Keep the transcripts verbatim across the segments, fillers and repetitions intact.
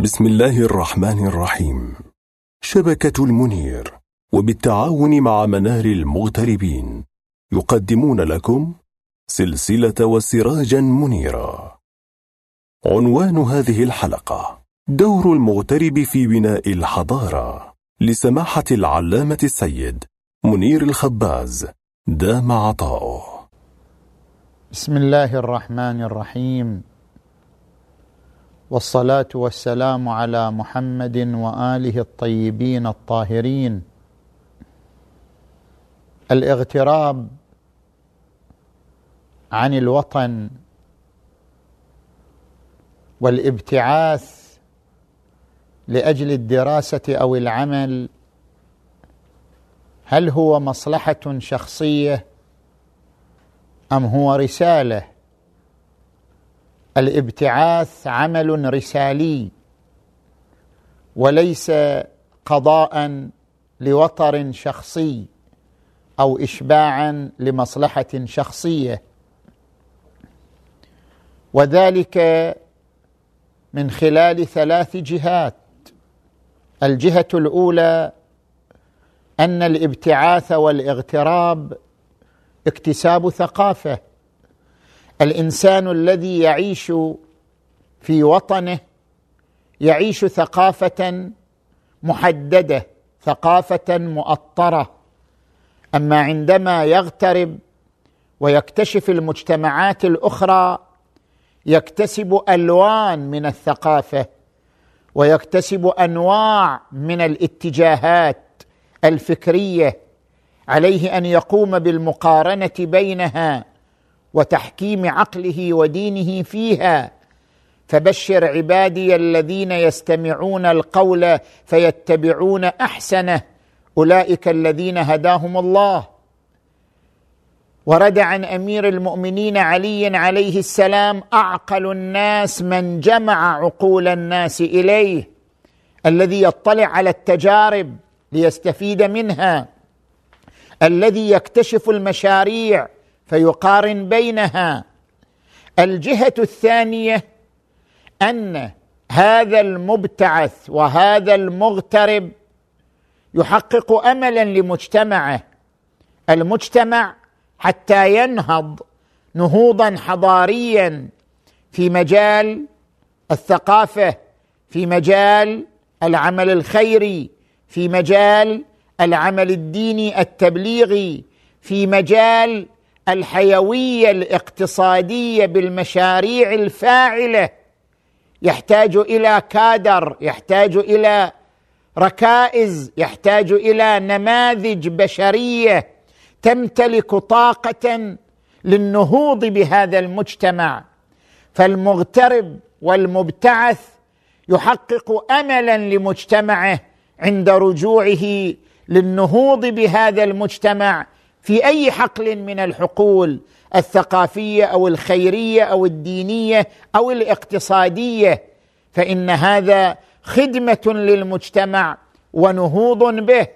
بسم الله الرحمن الرحيم. شبكة المنير وبالتعاون مع منار المغتربين يقدمون لكم سلسلة وسراجا منيرا. عنوان هذه الحلقة: دور المغترب في بناء الحضارة، لسماحة العلامة السيد منير الخباز، دام عطاؤه. بسم الله الرحمن الرحيم، والصلاة والسلام على محمد وآله الطيبين الطاهرين. الاغتراب عن الوطن والابتعاث لأجل الدراسة أو العمل، هل هو مصلحة شخصية أم هو رسالة؟ الابتعاث عمل رسالي وليس قضاء لوطر شخصي أو إشباعا لمصلحة شخصية، وذلك من خلال ثلاث جهات. الجهة الأولى أن الابتعاث والاغتراب اكتساب ثقافة. الإنسان الذي يعيش في وطنه يعيش ثقافة محددة، ثقافة مؤطرة، أما عندما يغترب ويكتشف المجتمعات الأخرى يكتسب ألوان من الثقافة ويكتسب أنواع من الاتجاهات الفكرية، عليه أن يقوم بالمقارنة بينها وتحكيم عقله ودينه فيها. فبشر عبادي الذين يستمعون القول فيتبعون أحسنه، أولئك الذين هداهم الله. ورد عن أمير المؤمنين علي عليه السلام: أعقل الناس من جمع عقول الناس إليه، الذي يطلع على التجارب ليستفيد منها، الذي يكتشف المشاريع فيقارن بينها. الجهة الثانية أن هذا المبتعث وهذا المغترب يحقق أملا لمجتمعه. المجتمع حتى ينهض نهوضا حضاريا في مجال الثقافة، في مجال العمل الخيري، في مجال العمل الديني التبليغي، في مجال الحيوية الاقتصادية بالمشاريع الفاعلة، يحتاج إلى كادر، يحتاج إلى ركائز، يحتاج إلى نماذج بشرية تمتلك طاقة للنهوض بهذا المجتمع. فالمغترب والمبتعث يحقق أملا لمجتمعه عند رجوعه للنهوض بهذا المجتمع في أي حقل من الحقول الثقافية أو الخيرية أو الدينية أو الاقتصادية، فإن هذا خدمة للمجتمع ونهوض به.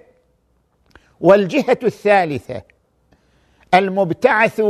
والجهة الثالثة: المبتعث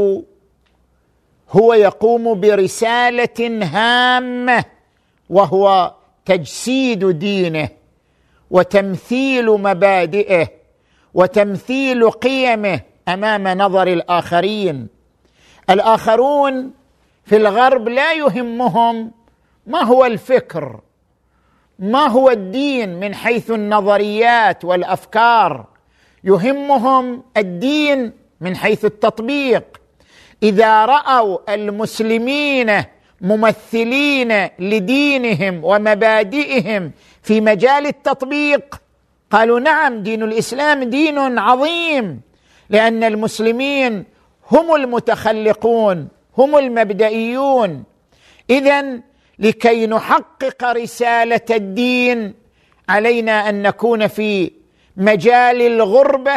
هو يقوم برسالة هامة، وهو تجسيد دينه وتمثيل مبادئه وتمثيل قيمه أمام نظر الآخرين. الآخرون في الغرب لا يهمهم ما هو الفكر، ما هو الدين من حيث النظريات والأفكار، يهمهم الدين من حيث التطبيق. إذا رأوا المسلمين ممثلين لدينهم ومبادئهم في مجال التطبيق قالوا: نعم، دين الإسلام دين عظيم، لأن المسلمين هم المتخلقون، هم المبدئيون. إذن لكي نحقق رسالة الدين علينا أن نكون في مجال الغربة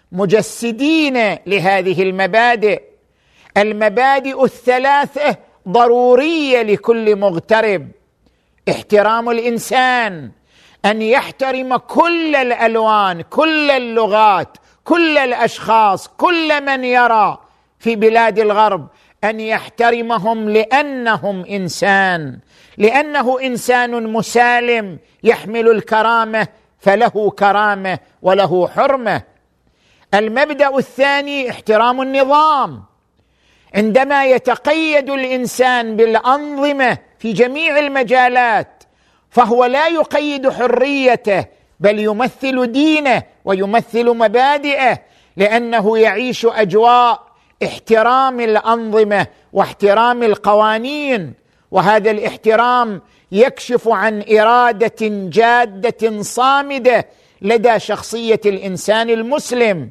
مجسدين لهذه المبادئ. المبادئ الثلاثة ضرورية لكل مغترب: احترام الإنسان، أن يحترم كل الألوان، كل اللغات، كل الأشخاص، كل من يرى في بلاد الغرب، أن يحترمهم لأنهم إنسان، لأنه إنسان مسالم يحمل الكرامة فله كرامة وله حرمة. المبدأ الثاني احترام النظام. عندما يتقيد الإنسان بالأنظمة في جميع المجالات فهو لا يقيد حريته بل يمثل دينه ويمثل مبادئه، لأنه يعيش أجواء احترام الأنظمة واحترام القوانين، وهذا الاحترام يكشف عن إرادة جادة صامدة لدى شخصية الإنسان المسلم.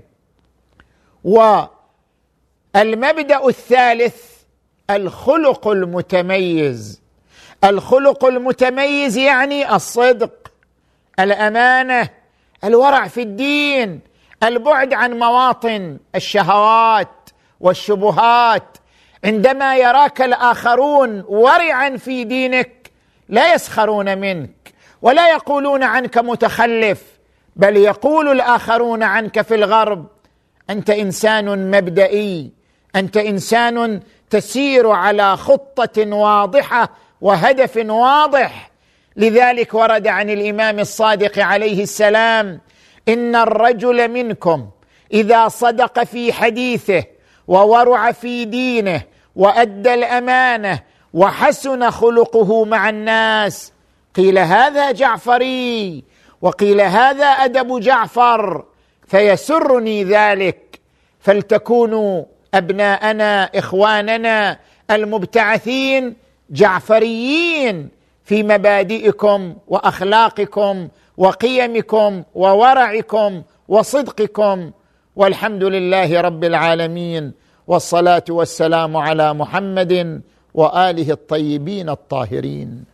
والمبدأ الثالث الخلق المتميز. الخلق المتميز يعني الصدق، الأمانة، الورع في الدين، البعد عن مواطن الشهوات والشبهات. عندما يراك الآخرون ورعا في دينك لا يسخرون منك ولا يقولون عنك متخلف، بل يقول الآخرون عنك في الغرب أنت إنسان مبدئي، أنت إنسان تسير على خطة واضحة وهدف واضح. لذلك ورد عن الإمام الصادق عليه السلام: إن الرجل منكم إذا صدق في حديثه وورع في دينه وأدى الأمانة وحسن خلقه مع الناس، قيل هذا جعفري وقيل هذا أدب جعفر، فيسرني ذلك. فلتكونوا أبناءنا إخواننا المبتعثين جعفريين في مبادئكم وأخلاقكم وقيمكم وورعكم وصدقكم. والحمد لله رب العالمين، والصلاة والسلام على محمد وآله الطيبين الطاهرين.